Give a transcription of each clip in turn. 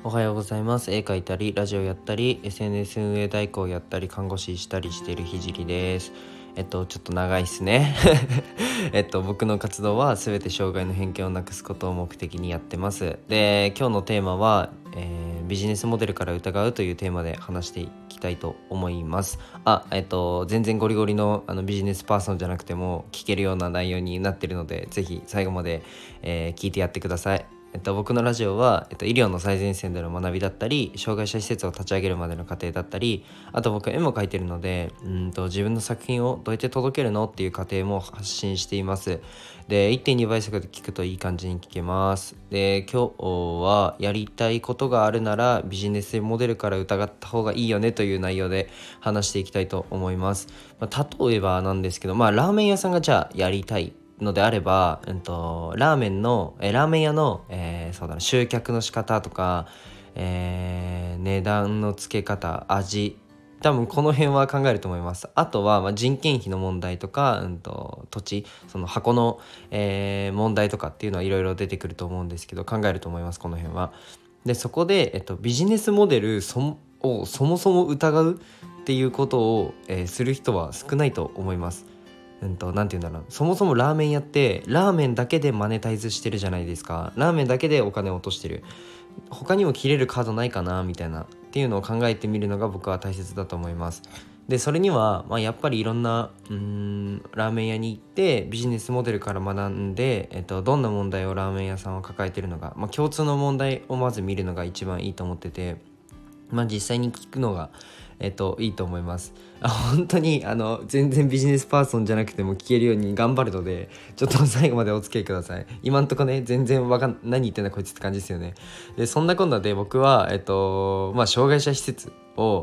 おはようございます。絵描いたりラジオやったり SNS 運営代行やったり看護師したりしているひじりです。ちょっと長いっすね僕の活動は全て障害の偏見をなくすことを目的にやってます。で、今日のテーマは、ビジネスモデルから疑うというテーマで話していきたいと思います。全然ゴリゴリの、ビジネスパーソンじゃなくても聞けるような内容になっているので、ぜひ最後まで、聞いてやってください。僕のラジオは、医療の最前線での学びだったり、障害者施設を立ち上げるまでの過程だったり、あと僕絵も描いてるので、自分の作品をどうやって届けるのっていう過程も発信しています。で、1.2 倍速で聞くといい感じに聞けます。で、今日はやりたいことがあるならビジネスモデルから疑った方がいいよねという内容で話していきたいと思います。例えばなんですけど、ラーメン屋さんがじゃあやりたいのであれば、ラーメン屋の、集客の仕方とか、値段の付け方、味、多分この辺は考えると思います。あとは、人件費の問題とか、土地、その箱の、問題とかっていうのはいろいろ出てくると思うんですけど、考えると思います、この辺は。で、そこで、ビジネスモデルをそもそも疑うっていうことを、する人は少ないと思います。なんて言うんだろう、そもそもラーメン屋ってラーメンだけでマネタイズしてるじゃないですか。ラーメンだけでお金を落としてる。他にも切れるカードないかなみたいなっていうのを考えてみるのが僕は大切だと思います。で、それには、やっぱりいろんなラーメン屋に行ってビジネスモデルから学んで、どんな問題をラーメン屋さんは抱えてるのか、共通の問題をまず見るのが一番いいと思ってて、実際に聞くのがいいと思います。本当に全然ビジネスパーソンじゃなくても聞けるように頑張るので、ちょっと最後までお付き合いください。今んとこね、全然何言ってんだこいつって感じですよね。で、そんなこんなで僕は障害者施設を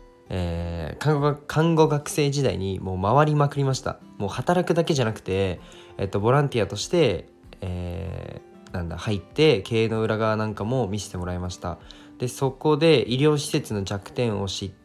看護学生時代にもう回りまくりました。もう働くだけじゃなくて、ボランティアとして、入って経営の裏側なんかも見せてもらいました。で、そこで医療施設の弱点を知って、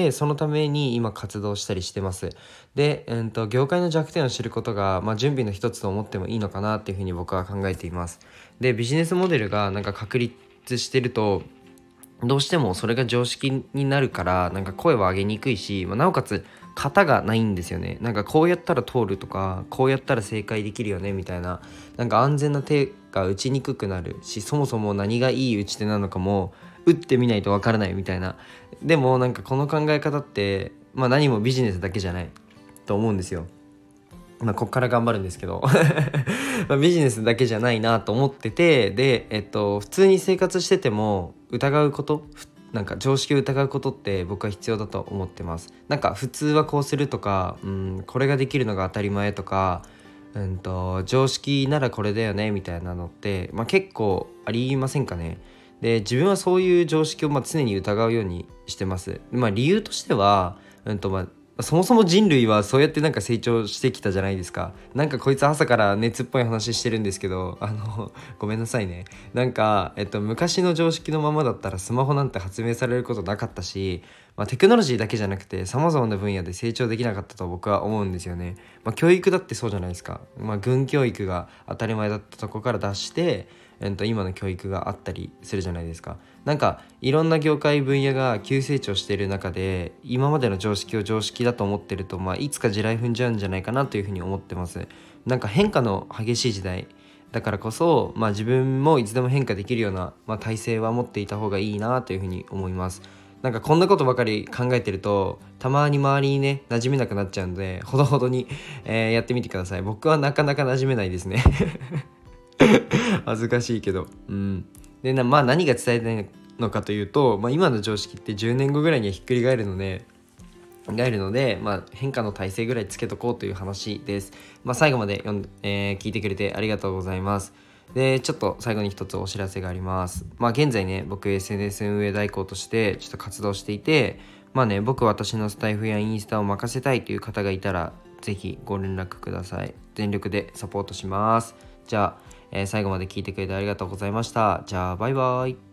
そのために今活動したりしてます。で、業界の弱点を知ることが、準備の一つと思ってもいいのかなっていうふうに僕は考えています。で、ビジネスモデルがなんか確立してると、どうしてもそれが常識になるから、なんか声は上げにくいし、なおかつ型がないんですよね。なんかこうやったら通るとか、こうやったら正解できるよねみたいな、なんか安全な手が打ちにくくなるし、そもそも何がいい打ち手なのかも打ってみないとわからないみたいな。でもなんかこの考え方って、何もビジネスだけじゃないと思うんですよ。こっから頑張るんですけどビジネスだけじゃないなと思ってて、で、普通に生活してても疑うこと、なんか常識を疑うことって僕は必要だと思ってます。なんか普通はこうするとか、これができるのが当たり前とか、常識ならこれだよねみたいなのって、結構ありませんかね。で、自分はそういう常識を常に疑うようにしてます。理由としては、そもそも人類はそうやってなんか成長してきたじゃないですか。なんかこいつ朝から熱っぽい話してるんですけど、ごめんなさいね。なんか、昔の常識のままだったらスマホなんて発明されることなかったし、テクノロジーだけじゃなくて様々な分野で成長できなかったと僕は思うんですよね。教育だってそうじゃないですか。軍教育が当たり前だったとこから出して、今の教育があったりするじゃないですか。なんかいろんな業界分野が急成長している中で、今までの常識を常識だと思ってると、いつか地雷踏んじゃうんじゃないかなというふうに思ってます。なんか変化の激しい時代だからこそ、自分もいつでも変化できるような、体制は持っていた方がいいなというふうに思います。なんかこんなことばかり考えてると、たまに周りにね馴染めなくなっちゃうので、ほどほどに、やってみてください。僕はなかなか馴染めないですね恥ずかしいけど。で、何が伝えたいのかというと、今の常識って10年後ぐらいにはひっくり返るので、変化の体制ぐらいつけとこうという話です。最後まで聞いてくれてありがとうございます。で、ちょっと最後に一つお知らせがあります。現在ね、僕 SNS 運営代行としてちょっと活動していて、私のスタイフやインスタを任せたいという方がいたら、ぜひご連絡ください。全力でサポートします。じゃあ、最後まで聞いてくれてありがとうございました。じゃあ、バイバイ。